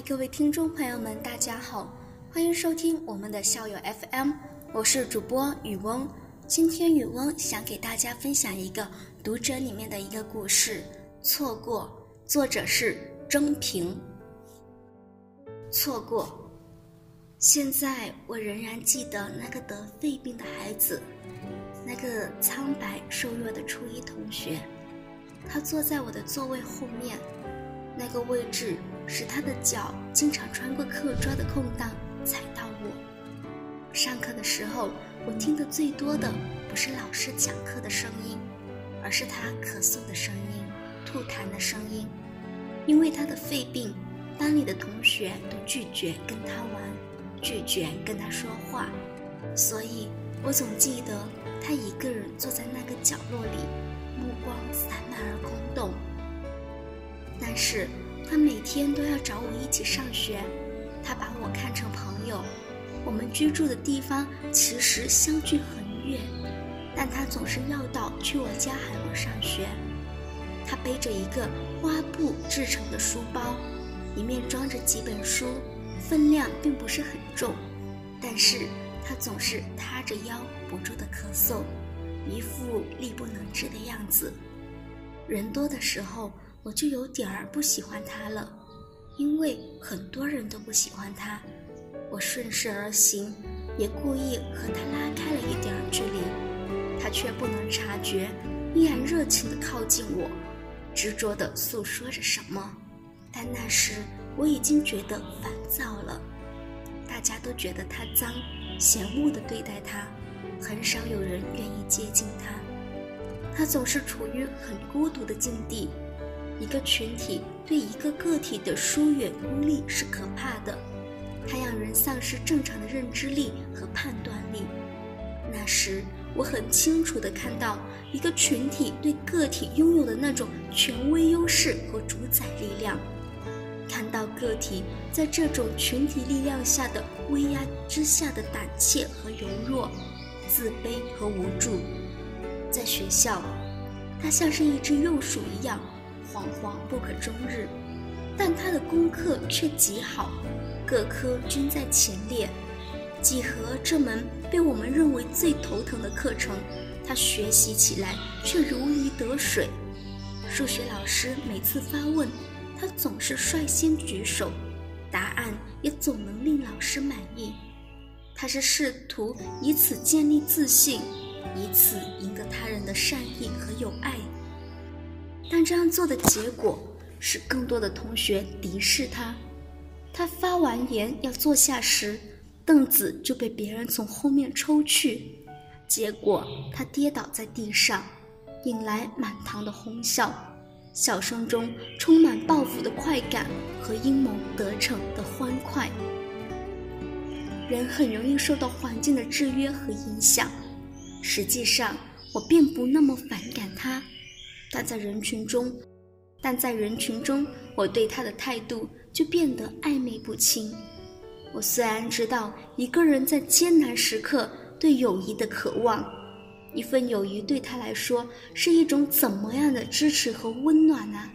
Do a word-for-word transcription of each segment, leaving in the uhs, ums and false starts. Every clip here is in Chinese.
各位听众朋友们，大家好，欢迎收听我们的校友 F M， 我是主播雨翁。今天雨翁想给大家分享一个读者里面的一个故事，错过，作者是征平。错过，现在我仍然记得那个得肺病的孩子，那个苍白瘦弱的初一同学，他坐在我的座位后面，那个位置使他的脚经常穿过课桌的空档踩到我。上课的时候，我听得最多的不是老师讲课的声音，而是他咳嗽的声音、吐痰的声音。因为他的肺病，班里的同学都拒绝跟他玩，拒绝跟他说话，所以我总记得他一个人坐在那个角落里，目光散漫而空洞。但是他每天都要找我一起上学，他把我看成朋友。我们居住的地方其实相距很远，但他总是绕道去我家喊我上学。他背着一个花布制成的书包，里面装着几本书，分量并不是很重，但是他总是塌着腰不住的咳嗽，一副力不能支的样子。人多的时候，我就有点儿不喜欢他了，因为很多人都不喜欢他。我顺势而行，也故意和他拉开了一点儿距离，他却不能察觉，依然热情地靠近我，执着地诉说着什么。但那时我已经觉得烦躁了，大家都觉得他脏，嫌恶地对待他，很少有人愿意接近他。他总是处于很孤独的境地。一个群体对一个个体的疏远孤立是可怕的，它让人丧失正常的认知力和判断力。那时我很清楚地看到一个群体对个体拥有的那种权威优势和主宰力量，看到个体在这种群体力量下的威压之下的胆怯和柔弱，自卑和无助。在学校，它像是一只幼鼠一样惶惶不可终日，但他的功课却极好，各科均在前列。几何这门被我们认为最头疼的课程，他学习起来却如鱼得水。数学老师每次发问，他总是率先举手，答案也总能令老师满意。他是试图以此建立自信，以此赢得他人的善意和友爱。但这样做的结果是更多的同学敌视他。他发完言要坐下时，凳子就被别人从后面抽去，结果他跌倒在地上，引来满堂的哄笑，笑声中充满报复的快感和阴谋得逞的欢快。人很容易受到环境的制约和影响，实际上我并不那么反感他，但在人群中，但在人群中，我对他的态度就变得暧昧不清。我虽然知道一个人在艰难时刻对友谊的渴望，一份友谊对他来说是一种怎么样的支持和温暖啊，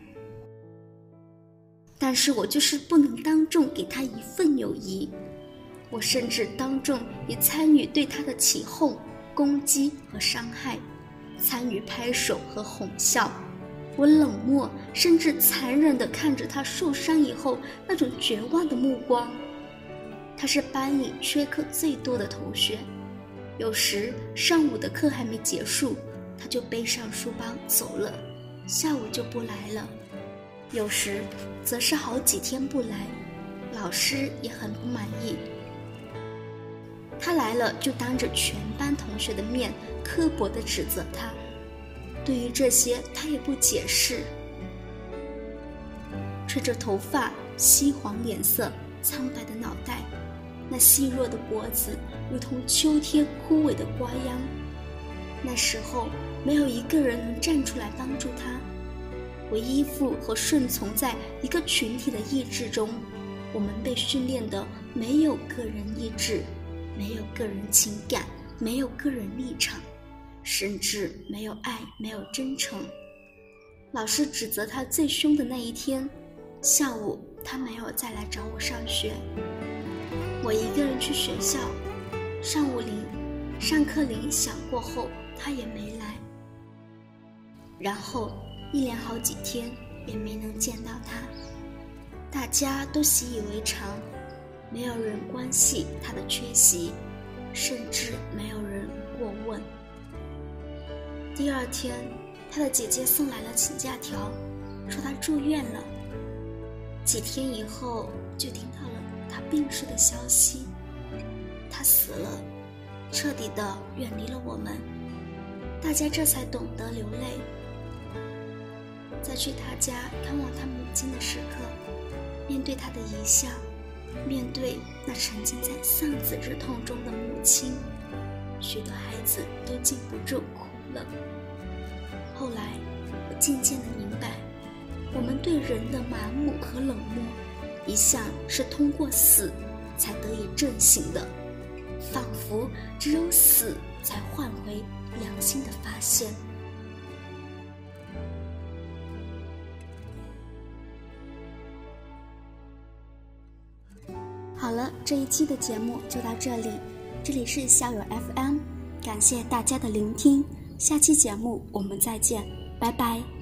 但是我就是不能当众给他一份友谊。我甚至当众也参与对他的起哄、攻击和伤害，参与拍手和哄笑。我冷漠甚至残忍地看着他受伤以后那种绝望的目光。他是班里缺课最多的同学，有时上午的课还没结束，他就背上书包走了，下午就不来了。有时则是好几天不来，老师也很不满意。他来了就当着全班同学的面刻薄地指责他，对于这些他也不解释。吹着头发，稀黄脸色，苍白的脑袋，那细弱的脖子如同秋天枯萎的瓜秧。那时候没有一个人能站出来帮助他，我依附和顺从在一个群体的意志中。我们被训练的没有个人意志，没有个人情感，没有个人立场，甚至没有爱，没有真诚。老师指责他最凶的那一天，下午他没有再来找我上学。我一个人去学校，上午铃上课铃响过后，他也没来。然后一连好几天也没能见到他，大家都习以为常，没有人关心他的缺席，甚至没有人过问。第二天，他的姐姐送来了请假条，说他住院了。几天以后，就听到了他病逝的消息。他死了，彻底的远离了我们，大家这才懂得流泪。在去他家看望他母亲的时刻，面对他的遗像，面对那沉浸在丧子之痛中的母亲，许多孩子都禁不住哭了。后来我渐渐地明白，我们对人的麻木和冷漠，一向是通过死才得以振兴的，仿佛只有死才换回良心的发现。好了，这一期的节目就到这里，这里是校友 F M， 感谢大家的聆听，下期节目我们再见，拜拜。